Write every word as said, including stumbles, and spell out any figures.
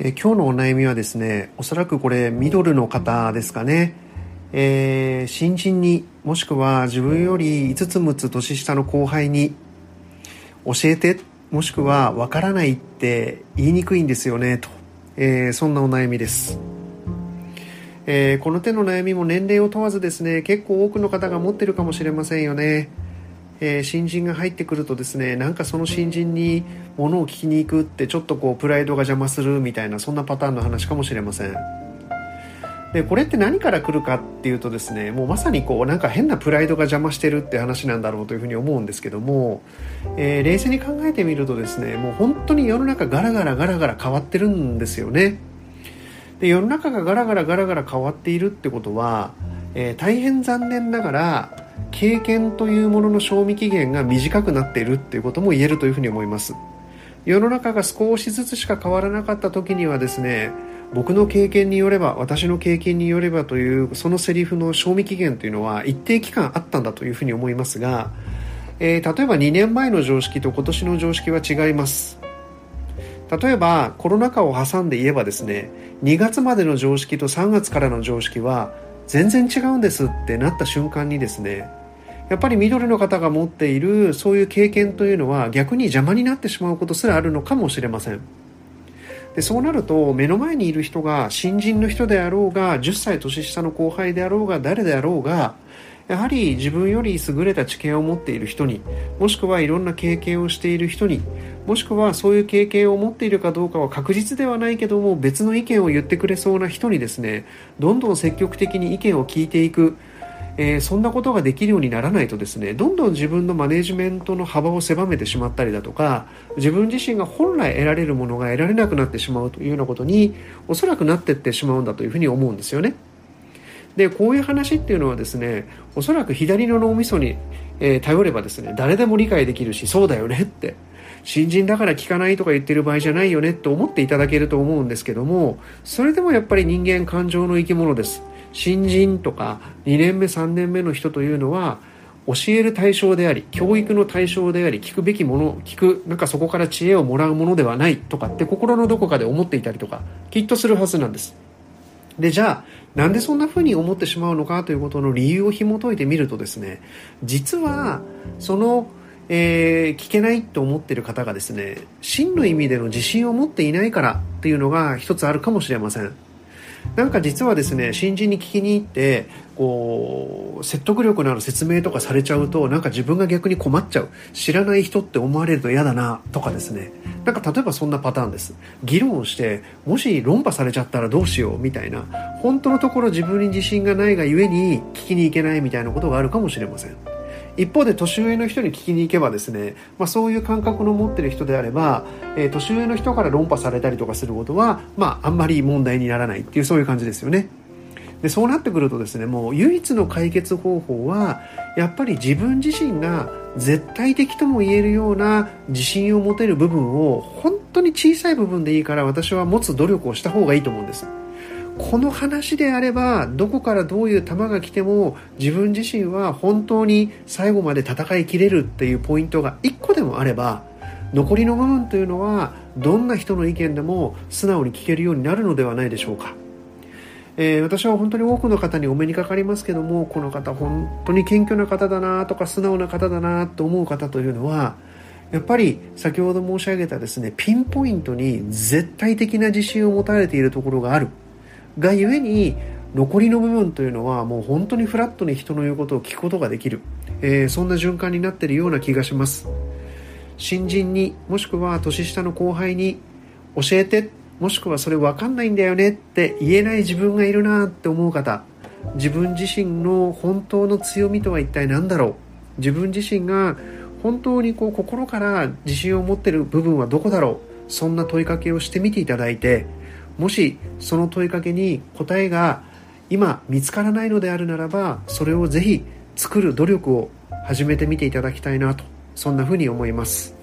えー今日のお悩みはですね、おそらくこれミドルの方ですかね。えー新人に、もしくは自分よりいつつむっつ年下の後輩に教えて、もしくはわからないって言いにくいんですよねと、えーそんなお悩みです。えーこの手の悩みも年齢を問わずですね、結構多くの方が持ってるかもしれませんよね。えー新人が入ってくるとですね、なんかその新人に物を聞きに行くってちょっとこうプライドが邪魔するみたいな、そんなパターンの話かもしれません。でこれって何から来るかっていうとですね、もうまさにこうなんか変なプライドが邪魔してるって話なんだろうというふうに思うんですけども、えー冷静に考えてみるとですね、もう本当に世の中ガラガラガラガラ変わってるんですよね。で世の中がガラガラガラガラ変わっているってことは、えー大変残念ながら経験というものの賞味期限が短くなっているっていうことも言えるというふうに思います。世の中が少しずつしか変わらなかった時にはですね、僕の経験によれば、私の経験によればというそのセリフの賞味期限というのは一定期間あったんだというふうに思いますが、えー例えばにねんまえの常識と今年の常識は違います。例えばコロナ禍を挟んで言えばですね、にがつまでの常識とさんがつからの常識は全然違うんですってなった瞬間にですね、やっぱりミドルの方が持っているそういう経験というのは逆に邪魔になってしまうことすらあるのかもしれません。でそうなると、目の前にいる人が新人の人であろうが、じゅっさい年下の後輩であろうが、誰であろうが、やはり自分より優れた知見を持っている人に、もしくはいろんな経験をしている人に、もしくはそういう経験を持っているかどうかは確実ではないけども別の意見を言ってくれそうな人にですね、どんどん積極的に意見を聞いていく、えーそんなことができるようにならないとですね、どんどん自分のマネジメントの幅を狭めてしまったりだとか、自分自身が本来得られるものが得られなくなってしまうというようなことにおそらくなっていってしまうんだというふうに思うんですよね。でこういう話っていうのはですね、おそらく左の脳みそに、えー頼ればですね、誰でも理解できるし、そうだよねって、新人だから聞かないとか言ってる場合じゃないよねと思っていただけると思うんですけども、それでもやっぱり人間感情の生き物です。新人とかにねんめさんねんめの人というのは教える対象であり、教育の対象であり、聞くべきもの、聞く、なんかそこから知恵をもらうものではないとかって心のどこかで思っていたりとかきっとするはずなんです。でじゃあなんでそんな風に思ってしまうのかということの理由を紐解いてみるとですね、実はその、えー聞けないと思っている方がですね、真の意味での自信を持っていないからっていうのが一つあるかもしれません。なんか実はですね、新人に聞きに行ってこう説得力のある説明とかされちゃうと、なんか自分が逆に困っちゃう、知らない人って思われると嫌だなとかですね、なんか例えばそんなパターンです。議論をしてもし論破されちゃったらどうしようみたいな、本当のところ自分に自信がないがゆえに聞きに行けないみたいなことがあるかもしれません。一方で年上の人に聞きに行けばですね、まあ、そういう感覚の持っている人であれば、えー年上の人から論破されたりとかすることは、まあ、あんまり問題にならないっていう、そういう感じですよね。でそうなってくるとですね、もう唯一の解決方法はやっぱり自分自身が絶対的とも言えるような自信を持てる部分を、本当に小さい部分でいいから私は持つ努力をした方がいいと思うんです。この話であればどこからどういう球が来ても自分自身は本当に最後まで戦い切れるっていうポイントがいっこでもあれば、残りの部分というのはどんな人の意見でも素直に聞けるようになるのではないでしょうか。えー私は本当に多くの方にお目にかかりますけども、この方本当に謙虚な方だなとか素直な方だなと思う方というのは、やっぱり先ほど申し上げたですね、ピンポイントに絶対的な自信を持たれているところがあるがゆえに、残りの部分というのはもう本当にフラットに人の言うことを聞くことができる、えーそんな循環になっているような気がします。新人に、もしくは年下の後輩に教えて、もしくはそれ分かんないんだよねって言えない自分がいるなって思う方、自分自身の本当の強みとは一体何だろう、自分自身が本当にこう心から自信を持っている部分はどこだろう、そんな問いかけをしてみていただいて、もしその問いかけに答えが今見つからないのであるならば、それをぜひ作る努力を始めてみていただきたいなと、そんなふうに思います。